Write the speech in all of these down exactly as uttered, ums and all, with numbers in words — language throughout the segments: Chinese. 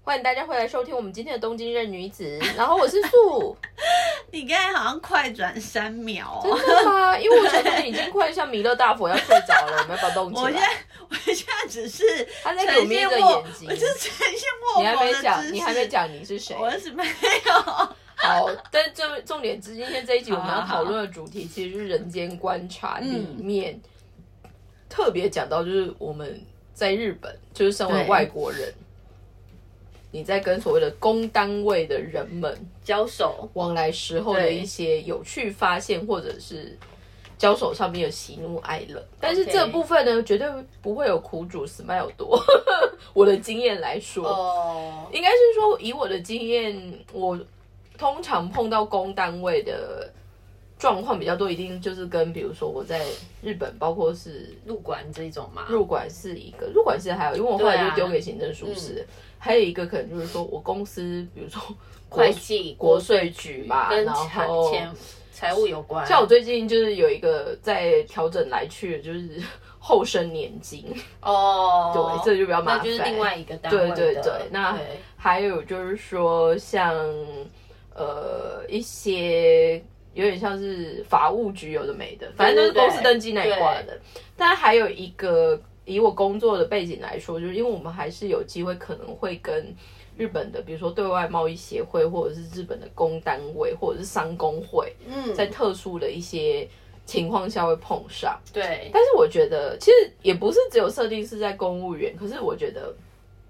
欢迎大家回来收听我们今天的东京任女子，然后我是素。 你刚才好像快转三秒、 哦，真的吗？因为我觉得你已经快像弥勒大佛要睡着了，我们要不要动起来？ 我现在我现在只是他在给我眯着眼睛， 我是呈现卧你还没讲， 佛的姿势。 你还没讲你是谁？ 我是没有。 好，但是重重点是今天这一集我们要讨论的主题其实是《人间观察》里面、嗯、特别讲到，就是我们在日本，就是身为外国人。你在跟所谓的公单位的人们交手往来时候的一些有趣发现，或者是交手上面的喜怒哀乐，但是这部分呢，绝对不会有苦主 smile 多。我的经验来说，哦，应该是说以我的经验，我通常碰到公单位的状况比较多，一定就是跟比如说我在日本，包括是入馆这一种嘛。 入馆是一个，入馆是还有，因为我后来就丢给行政书士。还有一个可能就是说，我公司比如说会计、 国税局嘛， 跟然后钱财务有关。 像我最近就是有一个在调整来去的，就是后生年金哦， 对，这就比较麻烦， 那就是另外一个单位的。 对对对，那还有就是说像呃一些有点像是法务局有的没的，反正就是公司登记那一挂的。但还有一个。以我工作的背景来说，就是因为我们还是有机会可能会跟日本的，比如说对外贸易协会，或者是日本的公单位，或者是商工会，嗯，在特殊的一些情况下会碰上。 对， 但是我觉得其实也不是只有设定是在公务员，可是我觉得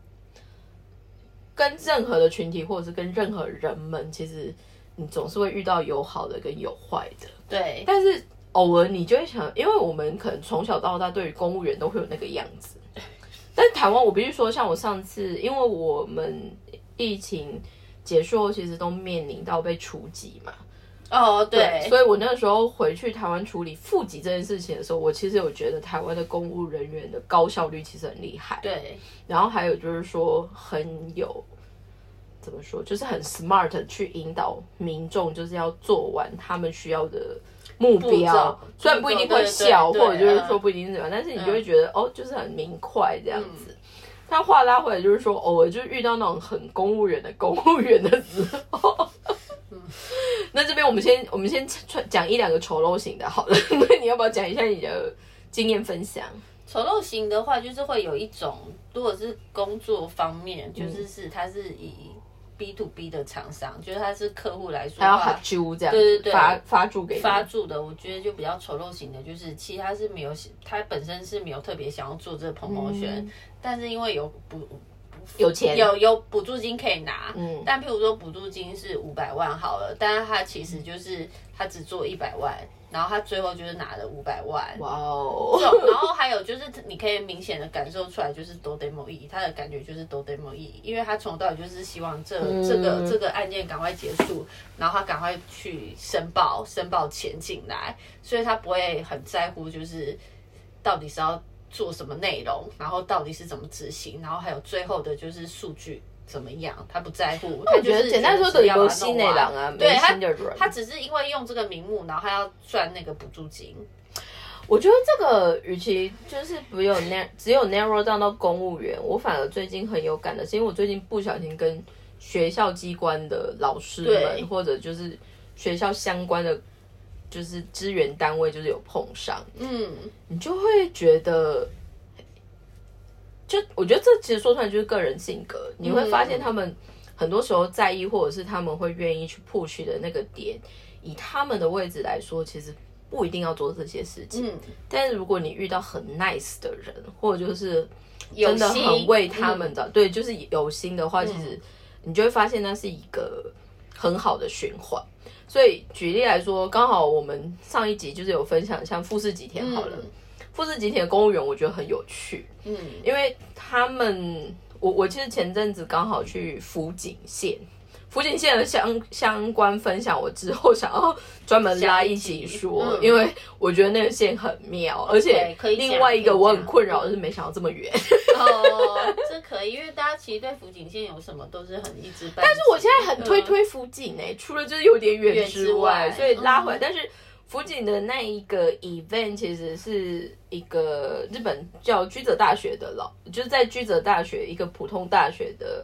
跟任何的群体，或者是跟任何人们，其实你总是会遇到有好的跟有坏的。 对， 但是。偶尔你就会想，因为我们可能从小到大对于公务员都会有那个样子，但是台湾我必须说，像我上次，因为我们疫情结束后，其实都面临到被除籍嘛。 哦，对， 对，所以我那个时候回去台湾处理复籍这件事情的时候，我其实有觉得台湾的公务人员的高效率其实很厉害。 对， 然后还有就是说很有。怎么说？就是很 smart 去引导民众，就是要做完他们需要的目标。虽然不一定会笑，或者就是说不一定是怎么样，但是你就会觉得、嗯、哦，就是很明快这样子。嗯、但话拉回来，就是说偶尔就遇到那种很公务员的公务员的时候。嗯、那这边我们先我们先讲一两个丑陋型的好了，那你要不要讲一下你的经验分享？ 丑陋型的话，就是会有一种，如果是工作方面，就是是它是以。B to B 的厂商，就是他是客户来说， 还要发注这样， 对对对， 发发注给发注的，我觉得就比较丑陋型的，就是其实他是没有，他本身是没有特别想要做这个 promotion，、嗯、但是因为有补有钱有有补助金可以拿，嗯，但譬如说补助金是五百万好了，但是他其实就是他只做一百万。然后他最后就是拿了五百万， 哇哦！ 然后还有就是你可以明显的感受出来，就是都 demo e， 他的感觉就是都 demo e， 因为他从头到尾就是希望这、嗯、这个这个案件赶快结束，然后他赶快去申报，申报钱进来，所以他不会很在乎就是到底是要做什么内容，然后到底是怎么执行，然后还有最后的就是数据。怎么样？他不在乎，他就是简单说的有新内容啊， 对， 没新的人， 他只是因为用这个名目，然后他要赚那个补助金。 我觉得这个与其就是不有那只有 narrow down 到公务员，我反而最近很有感的是，因为我最近不小心跟学校机关的老师们，或者就是学校相关的，就是支援单位，就是有碰上，嗯，你就会觉得。就我觉得这其实说出来就是个人性格，你会发现他们很多时候在意，或者是他们会愿意去 push 的那个点，以他们的位置来说，其实不一定要做这些事情。嗯，但是如果你遇到很 nice 的人，或者就是真的很为他们的，对，就是有心的话，其实你就会发现那是一个很好的循环。所以举例来说，刚好我们上一集就是有分享像富士吉田好了。嗯富士吉田的公务员我觉得很有趣，嗯，因为他们，我我其实前阵子刚好去福井县，福井县的相相关分享，我之后想要专门拉一集说，嗯、因为我觉得那个县很妙，而且另外一个我很困扰的是没想到这么远。 哦，这可以，因为大家其实对福井县有什么都是很一知半解。 但是我现在很推推福井哎、欸，嗯、除了就是有点远之外，所以拉回来，嗯、但是。福井的那一个 event 其实是一个日本叫居泽大学的老，就是在居泽大学一个普通大学的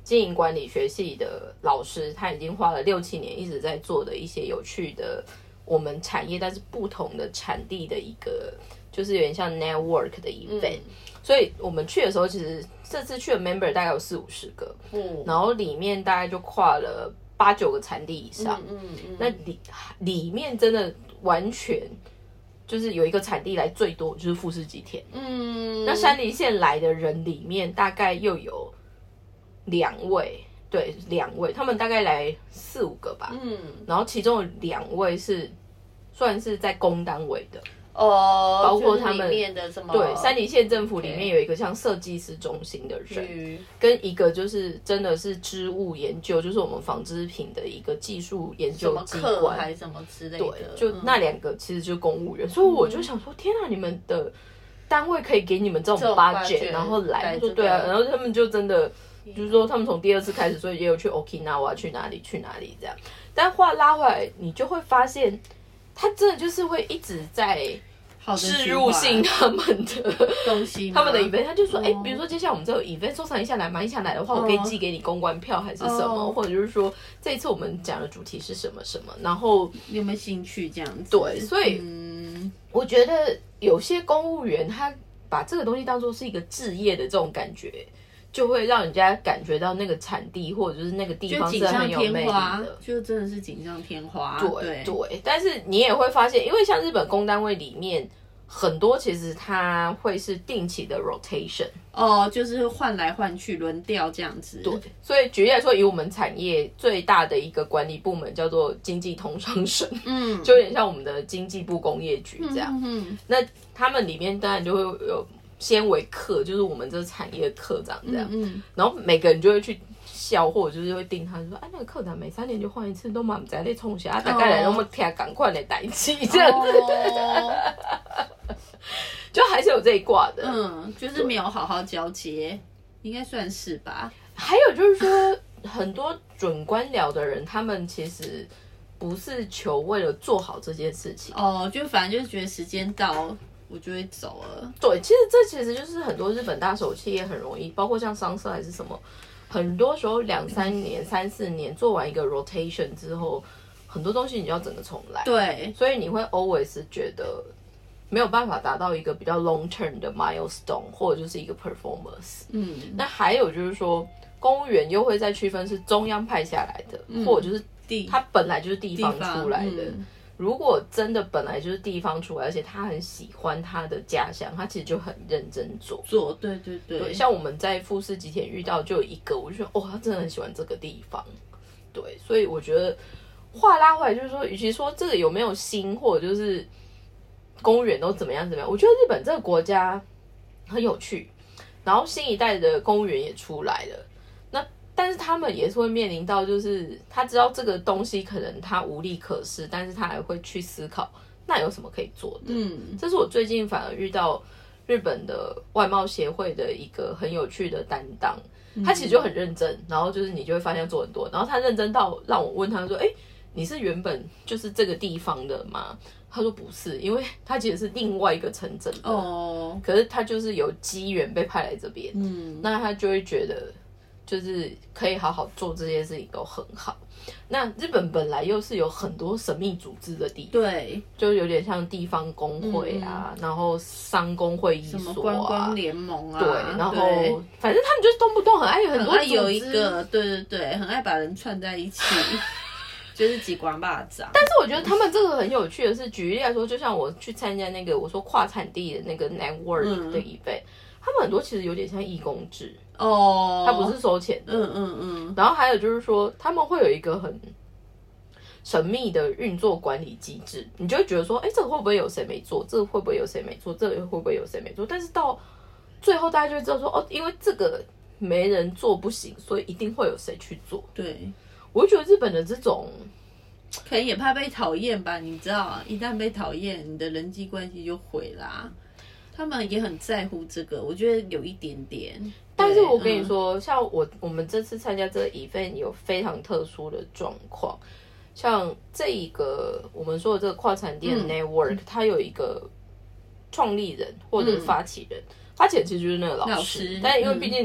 经营管理学系的老师，他已经花了六七年一直在做的一些有趣的我们产业但是不同的产地的一个，就是有点像 network 的 event、嗯。所以我们去的时候，其实这次去的 member 大概有四五十个，嗯，然后里面大概就跨了八九个产地以上，嗯 嗯, 嗯那里里面真的完全就是有一个产地来最多就是富士吉田，嗯，那山梨县来的人里面大概又有两位，对，两位，他们大概来四五个吧，嗯，然后其中有两位是算是在公单位的。 哦， 包括他们里面的什么？ 对，山梨县政府里面有一个像设计师中心的人，嗯、跟一个就是真的是织物研究，就是我们纺织品的一个技术研究机关， 还是什么之类的。 对，就那两个其实就是公务员，嗯、所以我就想说，天啊，你们的单位可以给你们这种 budget， 然后来，就对啊，然后他们就真的。就是说，他们从第二次开始，所以也有去 Okinawa 去哪里去哪里这样。但话拉回来，你就会发现，他真的就是会一直在植入性他们的东西， 他们的 event。他就说，哎、欸，比如说接下来我们这个 event 收藏一下来，买一下来的话，我可以寄给你公关票还是什么，哦、或者就是说这一次我们讲的主题是什么什么，然后有没有兴趣这样子？ 对，所以、嗯、我觉得有些公务员他把这个东西当作是一个志业的这种感觉。就会让人家感觉到那个产地或者就是那个地方是很有魅力的， 就真的是锦上添花。 对 对, 对，但是你也会发现，因为像日本公单位里面很多其实它会是定期的 rotation， 哦，就是换来换去轮调这样子。 对，所以举例来说，以我们产业最大的一个管理部门叫做经济通商省，嗯，就有点像我们的经济部工业局这样。嗯嗯，那他们里面当然就会有。先为课，就是我们这个产业的课长这样，嗯嗯然后每个人就会去笑，或者就是会盯他说，哎，那个课长每三年就换一次，都嘛不在那冲下，大概来那么听赶快来代替这样子，哦、就还是有这一挂的， 嗯，就是没有好好交接，应该算是吧。 还有就是说，很多准官僚的人，他们其实不是求为了做好这件事情， 哦，就反正就是觉得时间到。我就会走了。 对，其实这其实就是很多日本大手企业很容易，包括像商社还是什么，很多时候两三年、三四年做完一个 rotation 之后，很多东西你就要整个重来。 对， 所以你会 always 觉得没有办法达到一个比较 long term 的 milestone， 或者就是一个 performance。嗯，那还有就是说，公务员又会再区分是中央派下来的，嗯、或者就是地，他本来就是地方出来的。如果真的本来就是地方出来，而且他很喜欢他的家乡，他其实就很认真做。 做，对对 对, 对。像我们在富士吉田遇到就有一个，我就觉得哦，他真的很喜欢这个地方。对，所以我觉得话拉回来就是说，与其说这个有没有心，或者就是公务员都怎么样怎么样，我觉得日本这个国家很有趣，然后新一代的公务员也出来了。但是他们也是会面临到，就是他知道这个东西可能他无力可施，但是他还会去思考，那有什么可以做的？嗯，这是我最近反而遇到日本的外贸协会的一个很有趣的担当，他其实就很认真，然后就是你就会发现做很多，然后他认真到让我问他说：“哎，你是原本就是这个地方的吗？”他说不是，因为他其实是另外一个城镇的，哦，可是他就是有机缘被派来这边，嗯，那他就会觉得。就是可以好好做这件事情都很好。那日本本来又是有很多神秘组织的地方， 对， 就有点像地方工会啊，嗯、然后商工会议所啊， 什么观光联盟啊， 对，然后反正他们就是动不动很爱有很多组织， 有一个，对对对，很爱把人串在一起。就是几光巴掌， 但是我觉得他们这个很有趣的是，举例来说，就像我去参加那个我说跨产地的那个 network 的 event，、嗯、他们很多其实有点像义工制。哦，他不是收钱的，嗯嗯嗯。然后还有就是说，他们会有一个很神秘的运作管理机制，你就会觉得说，哎，这个会不会有谁没做？这个会不会有谁没做？这个会不会有谁没做？但是到最后，大家就会知道说，哦，因为这个没人做不行，所以一定会有谁去做。 对， 我就觉得日本的这种， 可能也怕被讨厌吧？你知道，一旦被讨厌，你的人际关系就毁啦。他们也很在乎这个，我觉得有一点点。 但是我跟你说，嗯、像我我们这次参加这个 event 有非常特殊的状况，像这一个我们说的这个跨产地的 network，、嗯、它有一个创立人或者发起人，嗯、发起人其实就是那个老师，老师但因为毕竟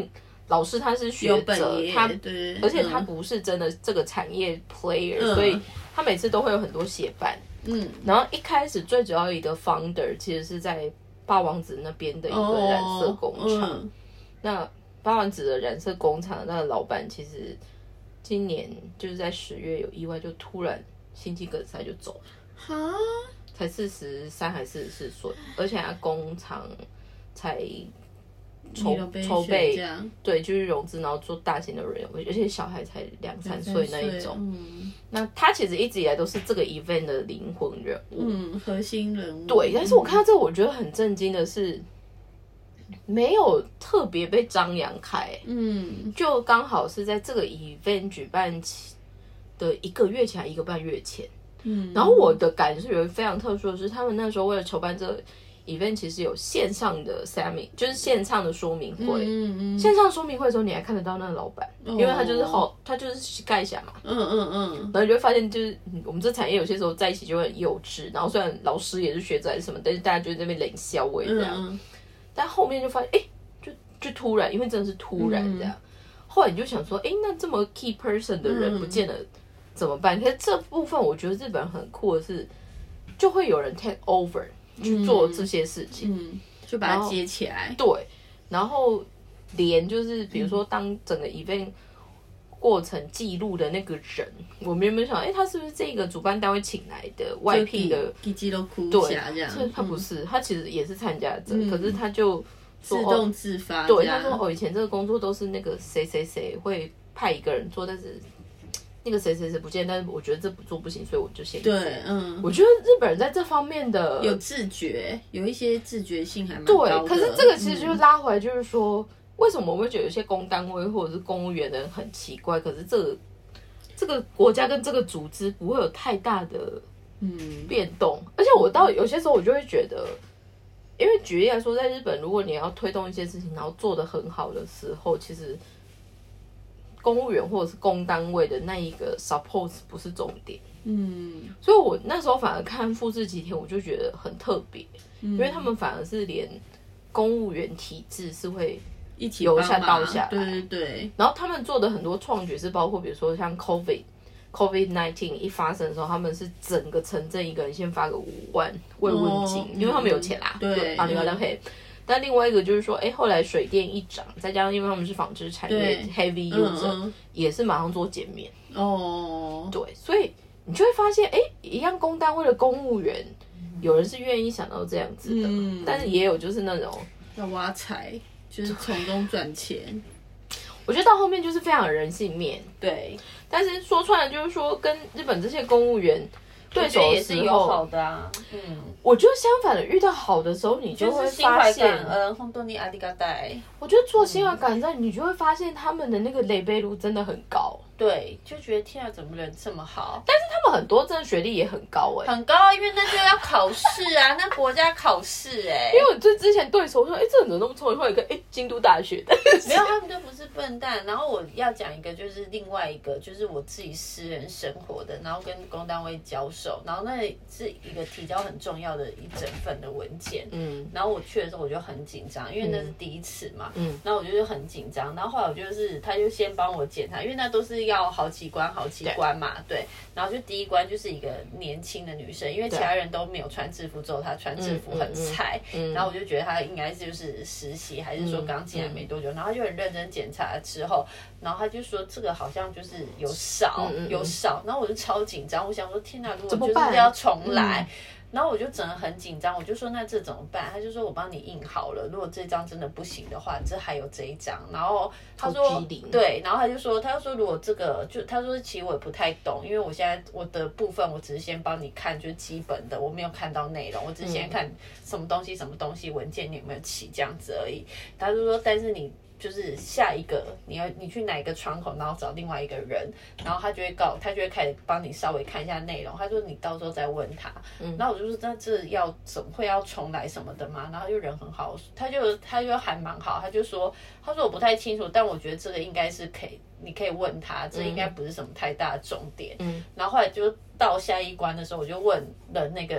老师他是学者，他对， 而且他不是真的这个产业 player，、嗯、所以他每次都会有很多协办。嗯，然后一开始最主要一个 founder 其实是在八王子那边的一个染色工厂。哦嗯、那八王子的染色工厂那个老板其实今年就是在十月有意外，就突然心肌梗塞就走了。哈，才四十三还四十四岁，而且他工厂才筹筹备，对，就是融资，然后做大型的人员，而且小孩才两三岁那一种。嗯，那他其实一直以来都是这个 event 的灵魂人物， 嗯，核心人物。 对，但是我看到这个，我觉得很震惊的是，没有特别被张扬开，嗯，就刚好是在这个 event 举办的一个月前，一个半月前。嗯，然后我的感受有非常特殊的是，他们那时候为了筹办这个 event， 其实有线上的 semi， 就是线上的说明会。嗯嗯，线上说明会的时候，你还看得到那个老板，哦、因为他就是好，他就是盖霞嘛。嗯嗯嗯。然后你就会发现，就是我们这产业有些时候在一起就会很幼稚。然后虽然老师也是学者还是什么，但是大家就在那边冷笑味这样。嗯嗯，但后面就发现，哎，就就突然，因为真的是突然这样。嗯、后来你就想说，哎，那这么 key person 的人不见了。嗯，怎么办？可是这部分我觉得日本很酷的是，就会有人 take over 去做这些事情， 嗯嗯、就把它接起来。 对，然后连就是比如说当整个 event 过程记录的那个人，我们有没有想，哎、欸，他是不是这个主办单位请来的外聘的？ 对， 他不是，他其实也是参加者，嗯、可是他就自动自发。 对，他说哦，以前这个工作都是那个谁谁谁会派一个人做，但是。那个谁谁谁不见，但是我觉得这不做不行，所以我就先做。对，嗯，我觉得日本人在这方面的有自觉，有一些自觉性还蛮高的。 对，可是这个其实就拉回来，就是说，嗯、为什么我会觉得有些公单位或者是公务员的人很奇怪？可是这个这个国家跟这个组织不会有太大的嗯变动，而且我到有些时候我就会觉得，因为举例来说，在日本，如果你要推动一些事情，然后做得很好的时候，其实。公务员或者是公单位的那一个 support 不是重点，嗯，所以我那时候反而看富士吉田，我就觉得很特别，嗯、因为他们反而是连公务员体制是会一起由下到下来， 对对对。 然后他们做的很多创举是包括，比如说像 COVID COVID 十九 一发生的时候，他们是整个城镇一个人先发个五万慰问金，哦、因为他们有钱啦， 嗯、对， 啊，你好像可以。但另外一个就是说，哎，后来水电一涨，再加上因为他们是纺织产业 heavy user，、嗯嗯、也是马上做减免。哦，对，所以你就会发现，哎，一样公单位的公务员，有人是愿意想到这样子的，嗯、但是也有就是那种要挖财，就是从中赚钱。 我觉得到后面就是非常有人性面， 对。 但是说穿了，就是说跟日本这些公务员。对手也是有好的啊，嗯， 我觉得相反的，遇到好的时候，你就会发现， 呃，本当にありがたい。 我觉得做心怀感恩，你就会发现他们的那个雷贝路真的很高。 对，就觉得天啊，怎么人这么好？ 但是他们很多真的学历也很高哎、 欸，很高啊，因为那就要考试啊，那国家考试哎、 欸。因为我最之前对手说，哎、欸，这人怎么那么聪明？后来一个，哎、欸，京都大学的， 没有，他们都不是笨蛋。然后我要讲一个，就是另外一个，就是我自己私人生活的，然后跟公单位交手，然后那是一个提交很重要的一整份的文件，嗯，然后我去的时候我就很紧张，因为那是第一次嘛，嗯，然后我就是很紧张，然后后来我就是他就先帮我检查，因为那都是要好几关好几关嘛， 对, 对，然后就第一关就是一个年轻的女生，因为其他人都没有穿制服，只有她穿制服很菜，嗯嗯嗯、然后我就觉得她应该就是实习，还是说刚进来没多久，嗯嗯、然后他就很认真检查之后，然后他就说这个好像就是有少、嗯嗯、有少，然后我就超紧张，我想说天哪，如果就是要重来。然后我就整个很紧张，我就说那这怎么办？他就说我帮你印好了，如果这张真的不行的话，这还有这一张。然后他说对，然后他就说他就说如果这个就他说其实我也不太懂，因为我现在我的部分我只是先帮你看就是基本的，我没有看到内容，我只是先看什么东西什么东西文件你有没有起这样子而已。他就说但是你。就是下一个，你要你去哪一个窗口，然后找另外一个人，然后他就会告，他就会开始帮你稍微看一下内容。他说你到时候再问他，嗯、然后我就说那这要怎么会要重来什么的嘛？然后就人很好，他就他就还蛮好，他就说他说我不太清楚，但我觉得这个应该是可以，你可以问他，这应该不是什么太大的重点。嗯、然后后来就到下一关的时候，我就问了那个。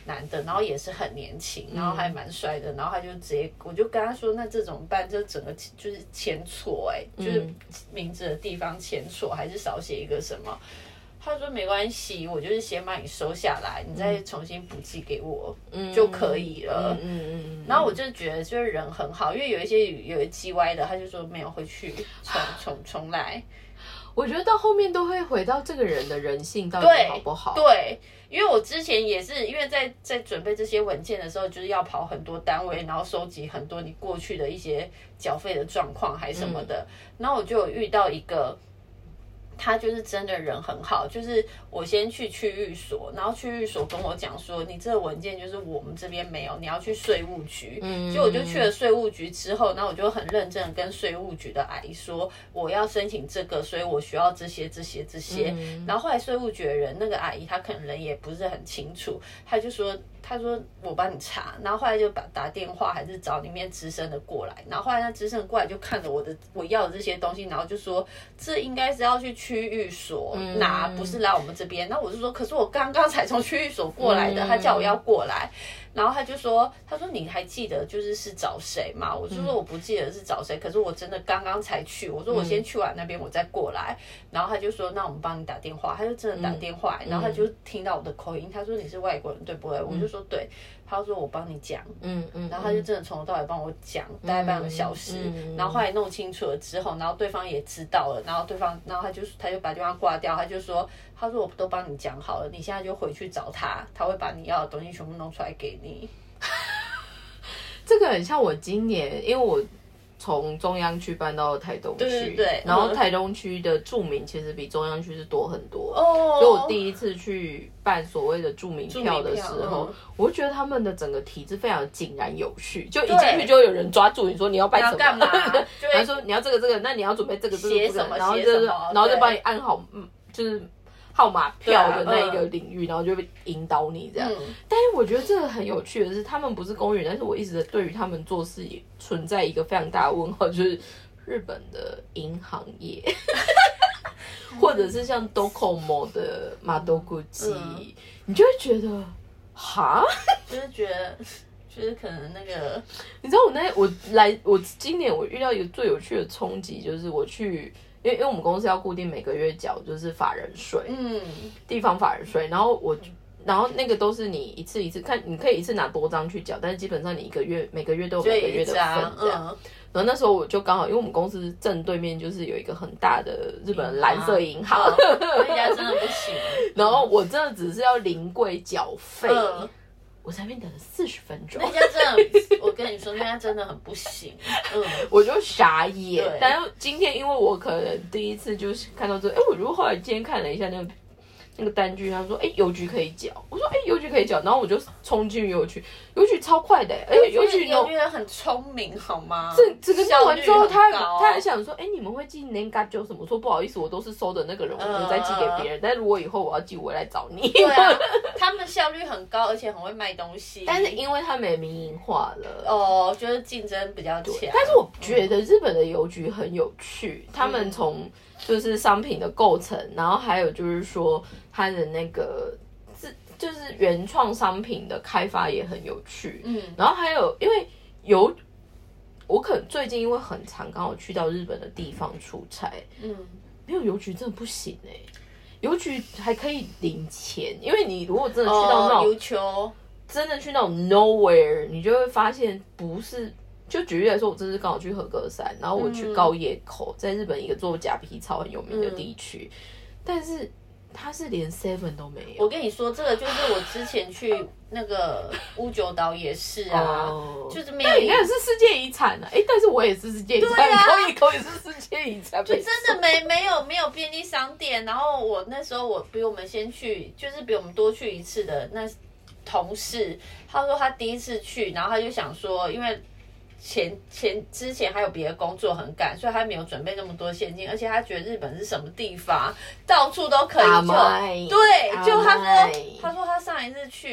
男的，然后也是很年轻，然后还蛮帅的，然后他就直接，我就跟他说，那这怎么办？这整个就是签错，哎，就是名字的地方签错，还是少写一个什么？他说没关系，我就是先把你收下来，你再重新补寄给我、嗯、就可以了。嗯嗯嗯。然后我就觉得就是人很好，因为有一些有一叽歪的，他就说没有回去重重重来。 我觉得到后面都会回到这个人的人性到底好不好？ 对，对，因为我之前也是因为在在准备这些文件的时候，就是要跑很多单位，然后收集很多你过去的一些缴费的状况还什么的，嗯、然后我就有遇到一个。他就是真的人很好，就是我先去区域所，然后区域所跟我讲说，你这个文件就是我们这边没有，你要去税务局。嗯，结果我就去了税务局之后，然后我就很认真的跟税务局的阿姨说，我要申请这个，所以我需要这些这些这些。嗯、然后后来税务局的人那个阿姨她可能人也不是很清楚，她就说。他说我帮你查，然后后来就把打电话还是找里面资深的过来，然后后来那资深的过来就看着我的我要的这些东西，然后就说这应该是要去区域所拿，嗯、不是来我们这边。那我就说，可是我刚刚才从区域所过来的，嗯、他叫我要过来。然后他就说，他说你还记得就是是找谁吗？我就说我不记得是找谁，可是我真的刚刚才去。我说我先去完那边我再过来。然后他就说那我们帮你打电话，他就真的打电话，然后他就听到我的口音，他说你是外国人对不对？我就说对。他说我帮你讲，嗯嗯，然后他就真的从头到尾帮我讲，大概半个小时，嗯、然后后来弄清楚了之后，然后对方也知道了，然后对方，然后他就他就把电话挂掉，他就说，他说我都帮你讲好了，你现在就回去找他，他会把你要的东西全部弄出来给你。 这个很像我今年，因为我从中央区搬到台东区， 对对对， 然后台东区的住民其实比中央区是多很多，哦，所以我第一次去办所谓的住民票的时候，嗯、我就觉得他们的整个体制非常井然有序，就一进去就有人抓住你说你要办什么， 干嘛？ 他说你要这个这个，那你要准备这个这个这个，然后就是然后就帮你按好，嗯，就是号码票的那一个领域，啊嗯、然后就会引导你这样。嗯、但是我觉得这个很有趣的是，他们不是公务员，但是我一直对于他们做事也存在一个非常大的问号，就是日本的银行业。或者是像 Docomo 的Madoguchi，嗯、你就会觉得，哈， 就是觉得，就是可能那个， 你知道我那我来我今年我遇到一个最有趣的冲击，就是我去，因为因为我们公司要固定每个月缴就是法人税，嗯，地方法人税，然后我。然后那个都是你一次一次看，你可以一次拿多张去缴，但是基本上你一个月每个月都有每个月的份这样。嗯、然后那时候我就刚好，因为我们公司正对面就是有一个很大的日本蓝色银行， 那家真的不行。 然后我真的只是要临柜缴费，嗯、我在那边等了四十分钟。 那家真的，我跟你说，那家真的很不行。嗯， 我就傻眼。但是今天因为我可能第一次就是看到这个，哎，我如果后来今天看了一下那个。那个单据，他说：“哎、欸，邮局可以缴。”我说：“哎、欸，邮局可以缴。”然后我就冲进邮局，邮局超快的、欸，而且邮局邮局人很聪明，好吗？ 这这个弄完之后，他他还想说：“哎、欸，你们会寄 Nenga 就什么？”说不好意思，我都是收的那个人，我就再寄给别人。呃、但如果以后我要寄，我会来找你。 对啊，他们效率很高，而且很会卖东西。 但是因为他们也民营化了， 哦，就是竞争比较强。 但是我觉得日本的邮局很有趣，嗯、他们从就是商品的构成，然后还有就是说。它的那个自就是原创商品的开发也很有趣，嗯，然后还有因为邮，我可能最近因为很常刚好去到日本的地方出差，嗯，没有邮局真的不行哎、欸，邮局还可以领钱，因为你如果真的去到那种、 哦、邮球， 真的去那种 nowhere， 你就会发现不是。就举例来说，我这次刚好去和歌山，然后我去高野口，嗯、在日本一个做假皮草很有名的地区，嗯、但是。他是连 seven 都没有。 我跟你说，这个就是我之前去那个屋久岛也是啊，哦、就是没有。 那那是世界遗产啊！哎，但是我也是世界遗产， 啊、 高野口也是世界遗产， 就真的没没有没有便利商店。然后我那时候我比我们先去，就是比我们多去一次的那同事，他说他第一次去，然后他就想说，因为。前前之前还有别的工作很赶，所以他没有准备那么多现金，而且他觉得日本是什么地方，到处都可以就对，就他说他说他上一次去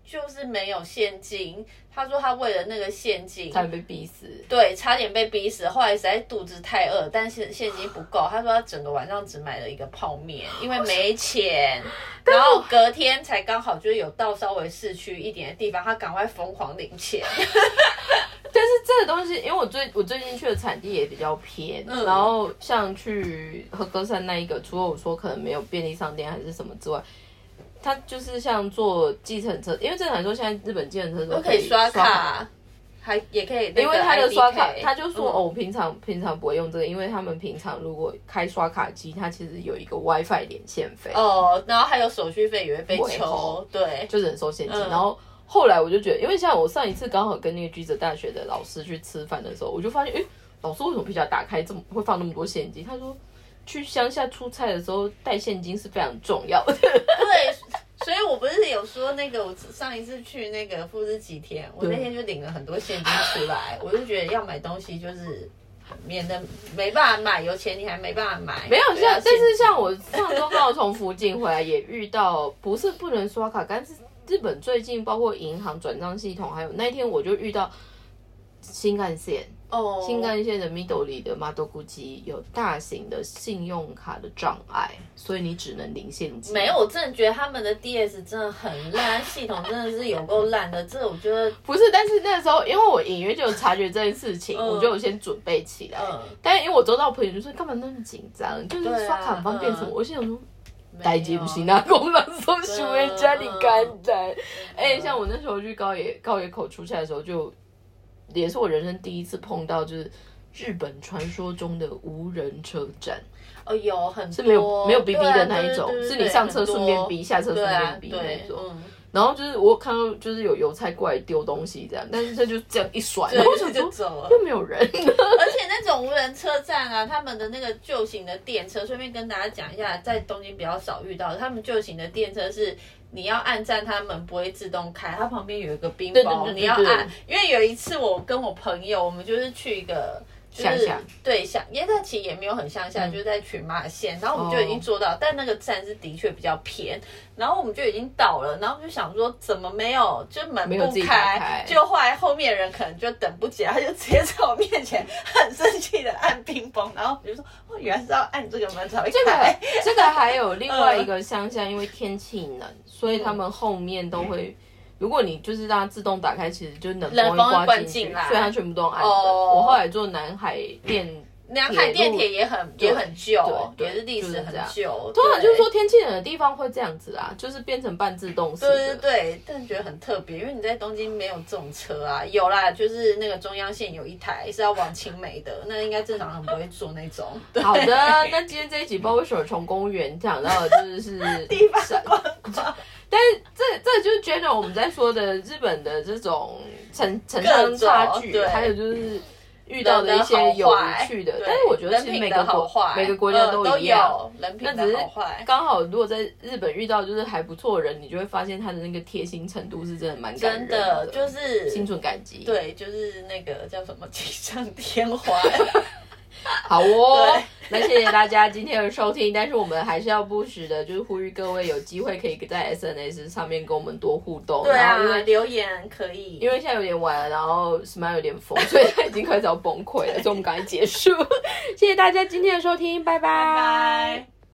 就是没有现金。他说他为了那个现金， 差点被逼死。 对，差点被逼死。后来实在肚子太饿，但是现金不够。他说他整个晚上只买了一个泡面，因为没钱。然后隔天才刚好就是有到稍微市区一点的地方，他赶快疯狂领钱。 但是这个东西，因为我最我最近去的产地也比较偏，嗯、然后像去和歌山那一个，除了我说可能没有便利商店还是什么之外。它就是像坐计程车，因为正常来说，现在日本计程车都可以刷卡，还也可以，因为他的刷卡，他就说、嗯、哦，我平常平常不会用这个，因为他们平常如果开刷卡机，它其实有一个 WiFi 连线费哦，然后还有手续费也会被抽，对， 就只能收现金。嗯、然后后来我就觉得，因为像我上一次刚好跟那个居泽大学的老师去吃饭的时候，我就发现，哎，老师为什么皮夹打开这么会放那么多现金？他说。去乡下出差的时候带现金是非常重要的。 对，所以我不是有说那个我上一次去那个富士吉田，我那天就领了很多现金出来，我就觉得要买东西就是免得没办法买，有钱你还没办法买。 没有像，但是像我上周刚好从福井回来，也遇到不是不能刷卡，但是日本最近包括银行转账系统，还有那一天我就遇到新干线。哦，新干线的 Midori 的 Madoguchi 有大型的信用卡的障碍，所以你只能领现金。 没有，我真的觉得他们的 D S 真的很烂，系统真的是有够烂的。这我觉得不是，但是那时候因为我隐约就有察觉这件事情，嗯、我就有先准备起来。嗯、但因为我周遭朋友就说干嘛那么紧张，就是刷卡很方便什么，啊嗯、我心想说。代志不是那公人送想的家里简单。哎、欸，像我那时候去高野高野口出差的时候就。也是我人生第一次碰到，就是日本传说中的无人车站。 哦，有很多是没有没有逼逼的那一种， 对对对对是你上车顺便逼，下车顺便逼那种。嗯、然后就是我看到就是有邮差过来丢东西这样，但是他就这样一甩，然后我想说走了， 又没有人。而且那种无人车站啊，他们的那个旧型的电车，顺便跟大家讲一下，在东京比较少遇到的，他们旧型的电车是。你要按站，它门不会自动开，它旁边有一个冰雹，你要按。因为有一次我跟我朋友，我们就是去一个就是乡下， 对乡，因为它其实也没有很乡下，嗯、就是在群马县，然后我们就已经做到，哦、但那个站是的确比较偏，然后我们就已经到了，然后就想说怎么没有，就门不开，开就后来后面人可能就等不及，他就直接在我面前很生气的按冰崩，然后我就说哦，原来是要按这个门才会开。 这个这个还有另外一个乡下，因为天气冷。所以他们后面都会，嗯、如果你就是让它自动打开，其实就冷风会刮进去，所以它全部都按的。哦、我后来做南海电。 南海电铁也很也很旧，也是历史很旧。 通常就是说天气冷的地方会这样子啦，就是变成半自动式的。 对对对，但觉得很特别，因为你在东京没有这种车啊。有啦，就是那个中央线有一台是要往青梅的，那应该正常人不会坐那种。 好的，那今天这一集不知道为什么从公务员讲到的就是地方观光。 但是这这就是 general 我们在说的日本的这种城城乡差距，还有就是。遇到的一些有趣的，但是我觉得其实每个国每个国家都一样， 人品的好坏。 刚好如果在日本遇到就是还不错的人，你就会发现他的那个贴心程度是真的蛮感人的， 真的就是心存感激。 对，就是那个叫什么锦上添花。 好哦，那谢谢大家今天的收听，但是我们还是要不时的，就是呼吁各位有机会可以在 S N S 上面跟我们多互动。 对啊， 因为留言可以。 因为现在有点晚了，然后 Smile 有点疯，所以他已经开始要崩溃了，所以我们赶快结束。谢谢大家今天的收听，拜拜。 拜拜。